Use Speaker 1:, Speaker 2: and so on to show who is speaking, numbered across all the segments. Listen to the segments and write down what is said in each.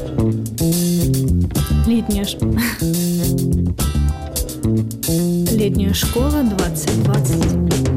Speaker 1: Летняя школа 2020.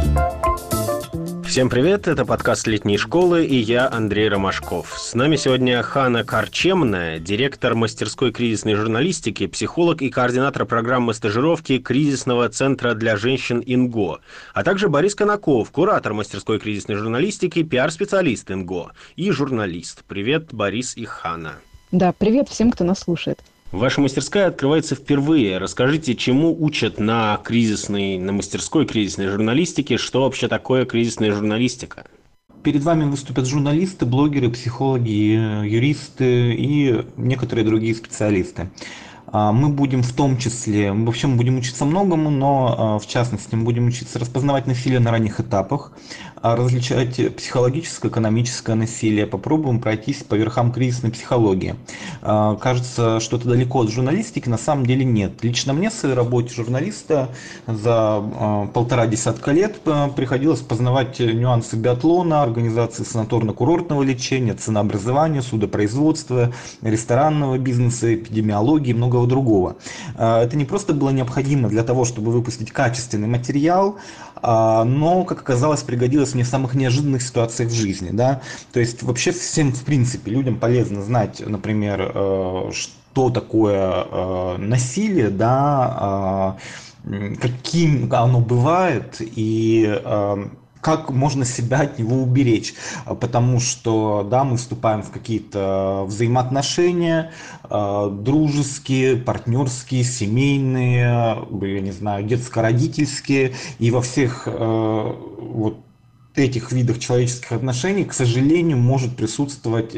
Speaker 2: Всем привет, это подкаст «Летней школы» и я, Андрей Ромашков. С нами сегодня Хана Карчемная, директор мастерской кризисной журналистики, психолог и координатор программы стажировки кризисного центра для женщин ИНГО, а также Борис Конаков, куратор мастерской кризисной журналистики, пиар-специалист ИНГО и журналист. Привет, Борис и Хана.
Speaker 3: Да, привет всем, кто нас слушает.
Speaker 2: Ваша мастерская открывается впервые. Расскажите, чему учат на мастерской кризисной журналистике, что вообще такое кризисная журналистика?
Speaker 4: Перед вами выступят журналисты, блогеры, психологи, юристы и некоторые другие специалисты. Мы будем в том числе, вообще мы будем учиться многому, но в частности мы будем учиться распознавать насилие на ранних этапах, различать психологическое, экономическое насилие, попробуем пройтись по верхам кризисной психологии. Кажется, что это далеко от журналистики, на самом деле нет. Лично мне в своей работе журналиста за 1,5 десятка лет приходилось познавать нюансы биатлона, организации санаторно-курортного лечения, ценообразования, судопроизводства, ресторанного бизнеса, эпидемиологии и многого другого. Это не просто было необходимо для того, чтобы выпустить качественный материал, но, как оказалось, пригодилось мне в самых неожиданных ситуациях в жизни. Да? То есть вообще всем, в принципе, людям полезно знать, например, что такое насилие, да, каким оно бывает и как можно себя от него уберечь, потому что, да, мы вступаем в какие-то взаимоотношения, дружеские, партнерские, семейные, я не знаю, детско-родительские, и во всех вот этих видах человеческих отношений, к сожалению, могут присутствовать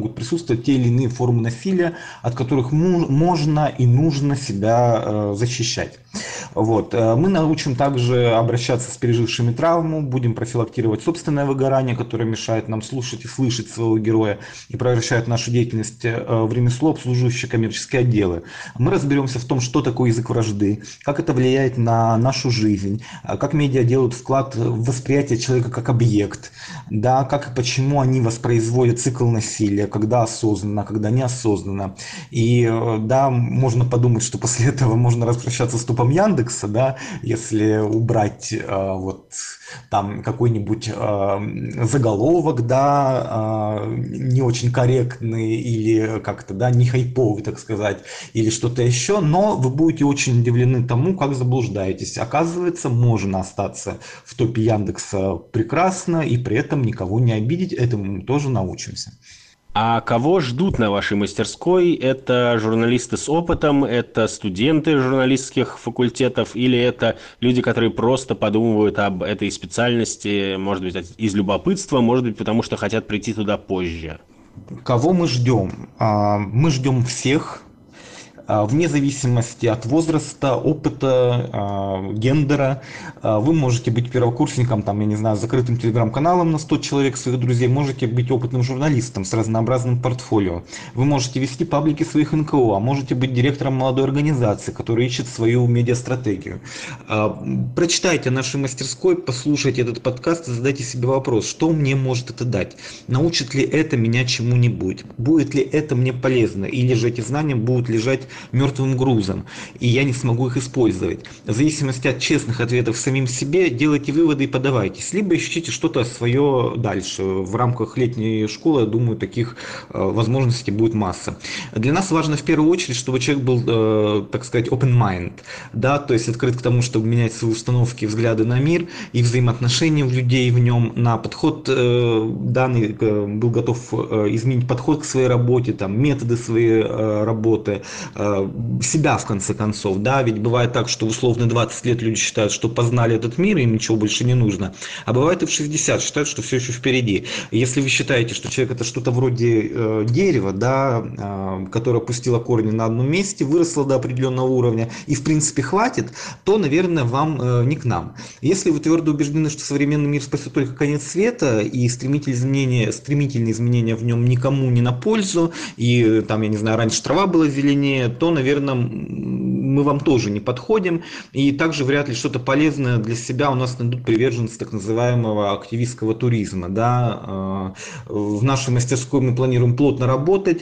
Speaker 4: те или иные формы насилия, от которых можно и нужно себя защищать. Вот. Мы научим также обращаться с пережившими травму, будем профилактировать собственное выгорание, которое мешает нам слушать и слышать своего героя и превращает нашу деятельность в ремесло, обслуживающее коммерческие отделы. Мы разберемся в том, что такое язык вражды, как это влияет на нашу жизнь, как медиа делают вклад в восприятие человека как объект, да, как и почему они воспроизводят цикл насилия, когда осознанно, когда неосознанно. И да, можно подумать, что после этого можно распрощаться с топом Яндекса, да, если убрать вот там какой-нибудь заголовок, да, не очень корректный или как-то, да, не хайповый, так сказать, или что-то еще, но вы будете очень удивлены тому, как заблуждаетесь. Оказывается, можно остаться в топе Яндекса прекрасно и при этом никого не обидеть, этому мы тоже научимся.
Speaker 2: А кого ждут на вашей мастерской? Это журналисты с опытом, это студенты журналистских факультетов или это люди, которые просто подумывают об этой специальности, может быть, из любопытства, может быть, потому что хотят прийти туда позже?
Speaker 4: Кого мы ждем? Мы ждем всех, вне зависимости от возраста, опыта, гендера. Вы можете быть первокурсником, там, я не знаю, с закрытым телеграм-каналом на 100 человек своих друзей, можете быть опытным журналистом с разнообразным портфолио. Вы можете вести паблики своих НКО, а можете быть директором молодой организации, которая ищет свою медиастратегию. Прочитайте о нашей мастерской, послушайте этот подкаст и задайте себе вопрос, что мне может это дать? Научит ли это меня чему-нибудь? Будет ли это мне полезно? Или же эти знания будут лежать мертвым грузом, и я не смогу их использовать. В зависимости от честных ответов самим себе делайте выводы и подавайтесь. Либо ищите что-то свое дальше. В рамках летней школы, я думаю, таких возможностей будет масса. Для нас важно в первую очередь, чтобы человек был, так сказать, open mind, да, то есть открыт к тому, чтобы менять свои установки, взгляды на мир и взаимоотношения в людей в нем, на подход данный, был готов изменить подход к своей работе, там, методы своей работы, себя в конце концов, да, ведь бывает так, что в условно 20 лет люди считают, что познали этот мир, им ничего больше не нужно, а бывает и в 60 считают, что все еще впереди. Если вы считаете, что человек это что-то вроде дерева, да, которое пустило корни на одном месте, выросло до определенного уровня и в принципе хватит, то, наверное, вам не к нам. Если вы твердо убеждены, что современный мир спасет только конец света и стремительные изменения в нем никому не на пользу, и там, я не знаю, раньше трава была зеленее, то, наверное, мы вам тоже не подходим, и также вряд ли что-то полезное для себя у нас найдут приверженцы так называемого активистского туризма. Да? В нашей мастерской мы планируем плотно работать,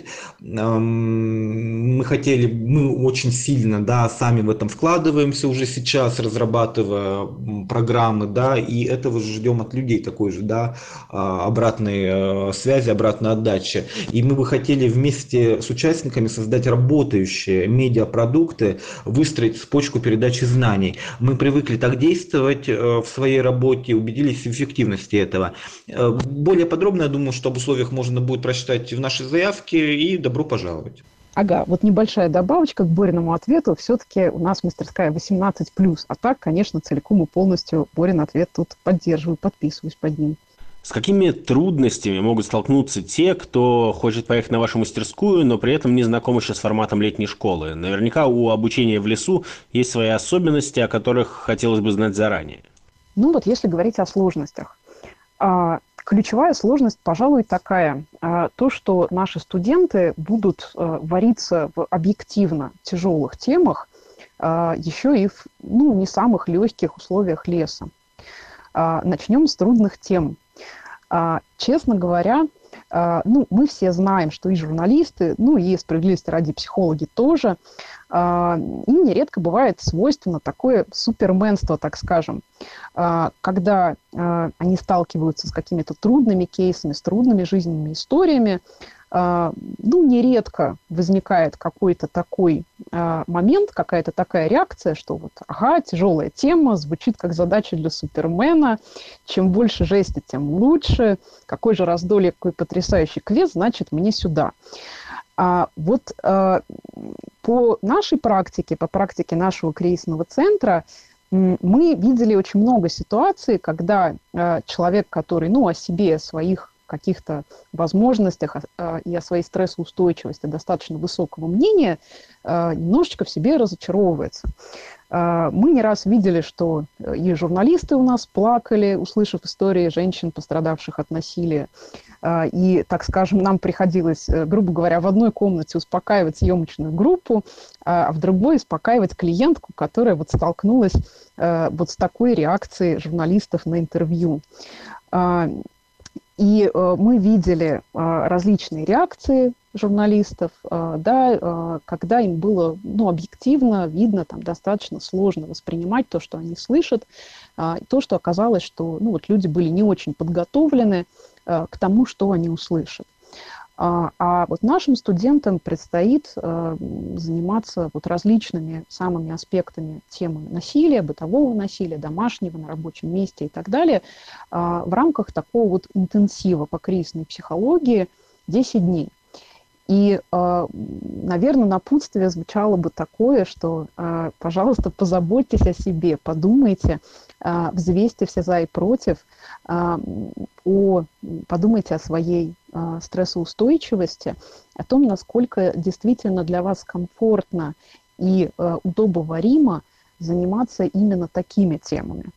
Speaker 4: мы очень сильно, да, сами в этом вкладываемся уже сейчас, разрабатывая программы, да, и этого же ждем от людей такой же, да, обратной связи, обратной отдачи. И мы бы хотели вместе с участниками создать работающие медиапродукты, выстроить цепочку передачи знаний. Мы привыкли так действовать в своей работе, убедились в эффективности этого. Более подробно, я думаю, что об условиях можно будет прочитать в нашей заявке, и добро пожаловать.
Speaker 3: Ага, вот небольшая добавочка к Бориному ответу. Все-таки у нас мастерская 18+. А так, конечно, целиком и полностью Борин ответ тут поддерживаю, подписываюсь под ним.
Speaker 2: С какими трудностями могут столкнуться те, кто хочет поехать на вашу мастерскую, но при этом не знаком еще с форматом летней школы? Наверняка у обучения в лесу есть свои особенности, о которых хотелось бы знать заранее.
Speaker 3: Ну вот если говорить о сложностях. Ключевая сложность, пожалуй, такая. То, что наши студенты будут вариться в объективно тяжелых темах, еще и в не самых легких условиях леса. Начнем с трудных тем. Честно говоря, мы все знаем, что и журналисты, и справедливости ради психологи тоже, им нередко бывает свойственно такое суперменство, так скажем, когда они сталкиваются с какими-то трудными кейсами, с трудными жизненными историями. Нередко возникает какой-то такой момент, какая-то такая реакция, что тяжелая тема, звучит как задача для Супермена, чем больше жести, тем лучше, какой же раздолье, какой потрясающий квест, значит, мне сюда. По нашей практике, по практике нашего кризисного центра, мы видели очень много ситуаций, когда человек, который о себе, о своих каких-то возможностях и о своей стрессоустойчивости достаточно высокого мнения, немножечко в себе разочаровывается. Мы не раз видели, что и журналисты у нас плакали, услышав истории женщин, пострадавших от насилия. И, так скажем, нам приходилось, грубо говоря, в одной комнате успокаивать съемочную группу, а в другой успокаивать клиентку, которая столкнулась с такой реакцией журналистов на интервью. И мы видели различные реакции журналистов, когда им было объективно видно, достаточно сложно воспринимать то, что они слышат, то, что оказалось, что люди были не очень подготовлены к тому, что они услышат. Нашим студентам предстоит заниматься различными самыми аспектами темы насилия, бытового насилия, домашнего, на рабочем месте и так далее в рамках такого интенсива по кризисной психологии 10 дней. И, наверное, напутствие звучало бы такое, что, пожалуйста, позаботьтесь о себе, подумайте, взвесьте все за и против, подумайте о своей стрессоустойчивости, о том, насколько действительно для вас комфортно и удобоваримо заниматься именно такими темами.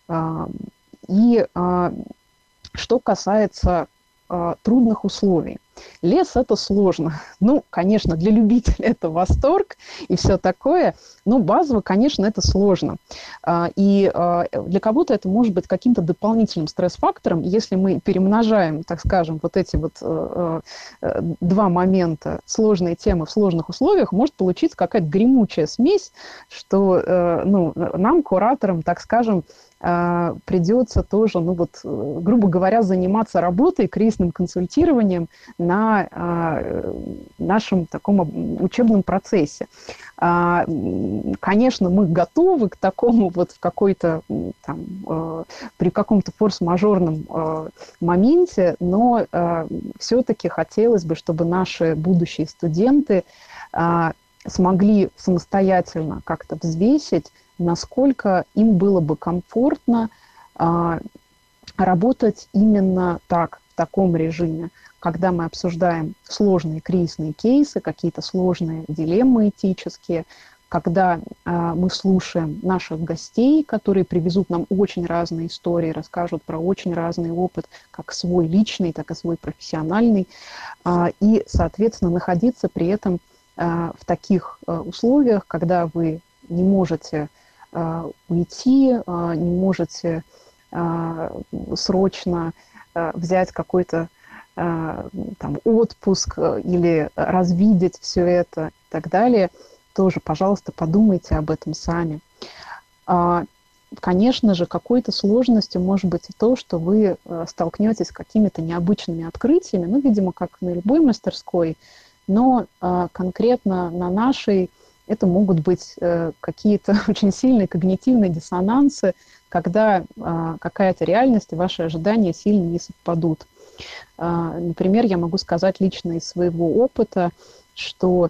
Speaker 3: И что касается трудных условий. Лес – это сложно. Конечно, для любителей это восторг и все такое, но базово, конечно, это сложно. И для кого-то это может быть каким-то дополнительным стресс-фактором. Если мы перемножаем, так скажем, эти два момента, сложные темы в сложных условиях, может получиться какая-то гремучая смесь, что нам, кураторам, так скажем, придется тоже, грубо говоря, заниматься работой, кризисным консультированием на нашем таком учебном процессе. Конечно, мы готовы к такому в какой-то при каком-то форс-мажорном моменте, но все-таки хотелось бы, чтобы наши будущие студенты смогли самостоятельно как-то взвесить, насколько им было бы комфортно работать именно так, в таком режиме, когда мы обсуждаем сложные кризисные кейсы, какие-то сложные дилеммы этические, когда мы слушаем наших гостей, которые привезут нам очень разные истории, расскажут про очень разный опыт, как свой личный, так и свой профессиональный, и, соответственно, находиться при этом в таких условиях, когда вы не можете уйти, не можете срочно взять какой-то там отпуск или развидеть все это и так далее, тоже, пожалуйста, подумайте об этом сами. Конечно же, какой-то сложностью может быть и то, что вы столкнетесь с какими-то необычными открытиями, ну, видимо, как на любой мастерской, но конкретно на нашей это могут быть какие-то очень сильные когнитивные диссонансы, когда какая-то реальность и ваши ожидания сильно не совпадут. Например, я могу сказать лично из своего опыта, что,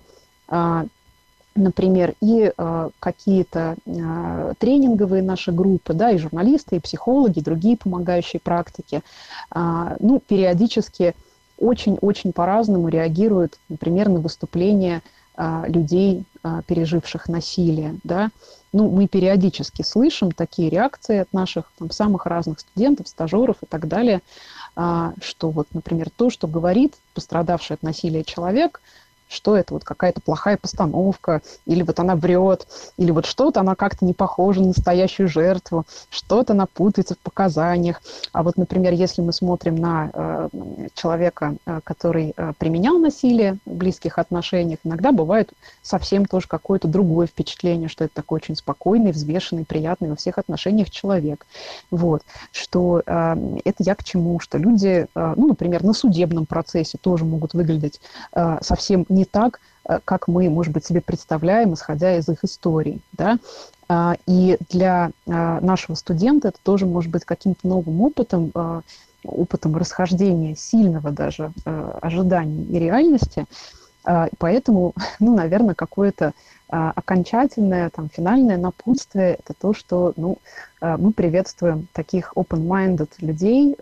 Speaker 3: например, и какие-то тренинговые наши группы, да, и журналисты, и психологи, и другие помогающие практики, ну, периодически очень-очень по-разному реагируют, например, на выступления людей, переживших насилие, да. Ну, мы периодически слышим такие реакции от наших там самых разных студентов, стажеров и так далее, что вот, например, то, что говорит пострадавший от насилия человек, что это вот какая-то плохая постановка, или вот она врет, или вот что-то она как-то не похожа на настоящую жертву, что-то она путается в показаниях. А вот, например, если мы смотрим на человека, который применял насилие в близких отношениях, иногда бывает совсем тоже какое-то другое впечатление, что это такой очень спокойный, взвешенный, приятный во всех отношениях человек. Вот. Что это я к чему? Что люди, ну, например, на судебном процессе тоже могут выглядеть совсем не так, как мы, может быть, себе представляем, исходя из их историй. Да? И для нашего студента это тоже может быть каким-то новым опытом, опытом расхождения сильного даже ожидания и реальности. Поэтому, ну, наверное, какое-то окончательное, там, финальное напутствие – это то, что, ну, мы приветствуем таких open-minded людей,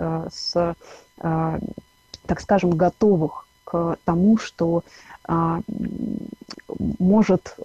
Speaker 3: так скажем, готовых к тому, что может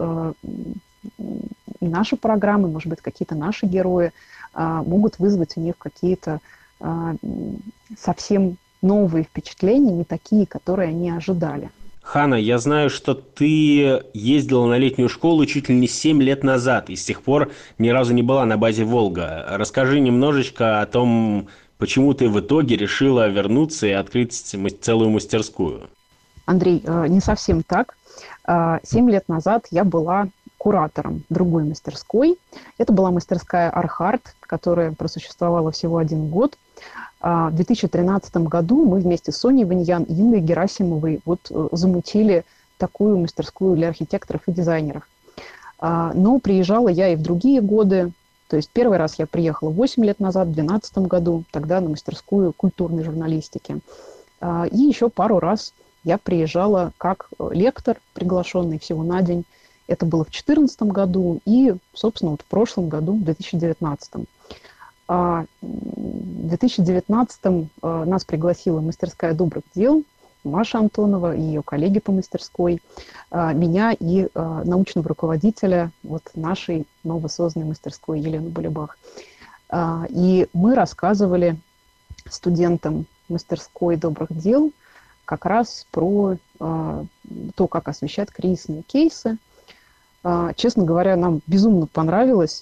Speaker 3: и наши программы, может быть, какие-то наши герои могут вызвать у них какие-то совсем новые впечатления, не такие, которые они ожидали.
Speaker 2: Хана, я знаю, что ты ездила на летнюю школу чуть ли не 7 лет назад и с тех пор ни разу не была на базе «Волга». Расскажи немножечко о том, почему ты в итоге решила вернуться и открыть целую мастерскую.
Speaker 3: Андрей, не совсем так. 7 лет назад я была куратором другой мастерской. Это была мастерская «Архарт», которая просуществовала всего 1 год. В 2013 году мы вместе с Соней Ваньян и Юлией Герасимовой вот замутили такую мастерскую для архитекторов и дизайнеров. Но приезжала я и в другие годы. То есть первый раз я приехала 8 лет назад, в 2012 году, тогда на мастерскую культурной журналистики. И еще пару раз я приезжала как лектор, приглашенный всего на день. Это было в 2014 году и, собственно, вот в прошлом году, в 2019. В 2019 нас пригласила мастерская добрых дел Маша Антонова и ее коллеги по мастерской, меня и научного руководителя вот нашей новосозданной мастерской Елену Балибах. И мы рассказывали студентам мастерской добрых дел как раз про то, как освещать кризисные кейсы. Честно говоря, нам безумно понравилось.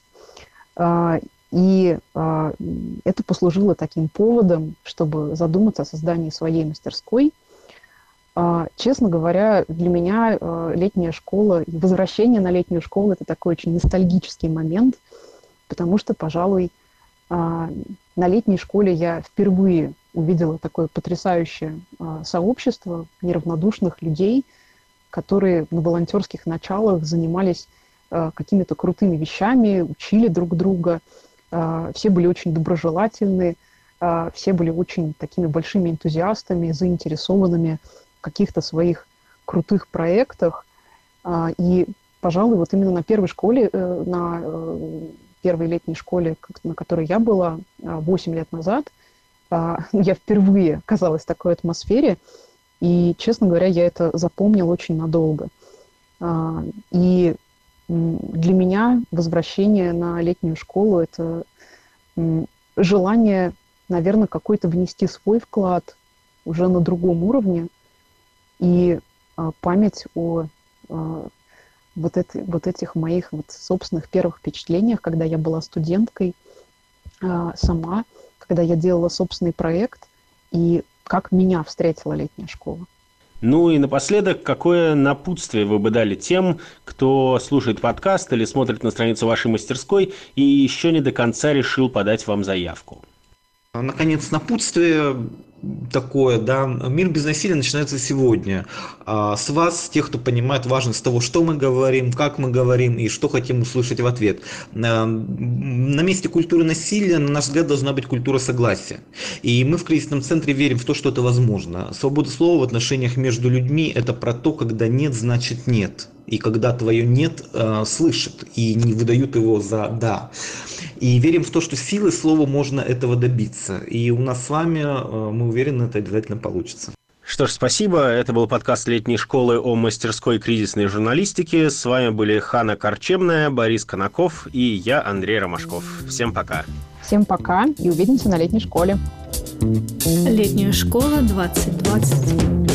Speaker 3: И это послужило таким поводом, чтобы задуматься о создании своей мастерской. Честно говоря, для меня летняя школа и возвращение на летнюю школу – это такой очень ностальгический момент, потому что, пожалуй, на летней школе я впервые увидела такое потрясающее сообщество неравнодушных людей, которые на волонтерских началах занимались какими-то крутыми вещами, учили друг друга. Все были очень доброжелательны, все были очень такими большими энтузиастами, заинтересованными в каких-то своих крутых проектах. И, пожалуй, вот именно на первой школе, на первой летней школе, на которой я была 8 лет назад, я впервые оказалась в такой атмосфере. И, честно говоря, я это запомнила очень надолго. И для меня возвращение на летнюю школу – это желание, наверное, какой-то внести свой вклад уже на другом уровне и память о вот этих моих вот собственных первых впечатлениях, когда я была студенткой сама, когда я делала собственный проект, и как меня встретила летняя школа.
Speaker 2: Ну и напоследок, какое напутствие вы бы дали тем, кто слушает подкаст или смотрит на страницу вашей мастерской и еще не до конца решил подать вам заявку?
Speaker 4: Наконец, напутствие такое, да, мир без насилия начинается сегодня. С вас, с тех, кто понимает важность того, что мы говорим, как мы говорим и что хотим услышать в ответ. На месте культуры насилия, на наш взгляд, должна быть культура согласия. И мы в кризисном центре верим в то, что это возможно. Свобода слова в отношениях между людьми – это про то, когда нет, значит нет. И когда твое «нет» слышат и не выдают его за «да». И верим в то, что силой слова можно этого добиться. И у нас с вами, мы уверены, это обязательно получится.
Speaker 2: Что ж, спасибо. Это был подкаст летней школы о мастерской кризисной журналистики. С вами были Хана Карчемная, Борис Конаков и я, Андрей Ромашков. Всем пока.
Speaker 3: Всем пока и увидимся на летней школе.
Speaker 1: Летняя школа 2020.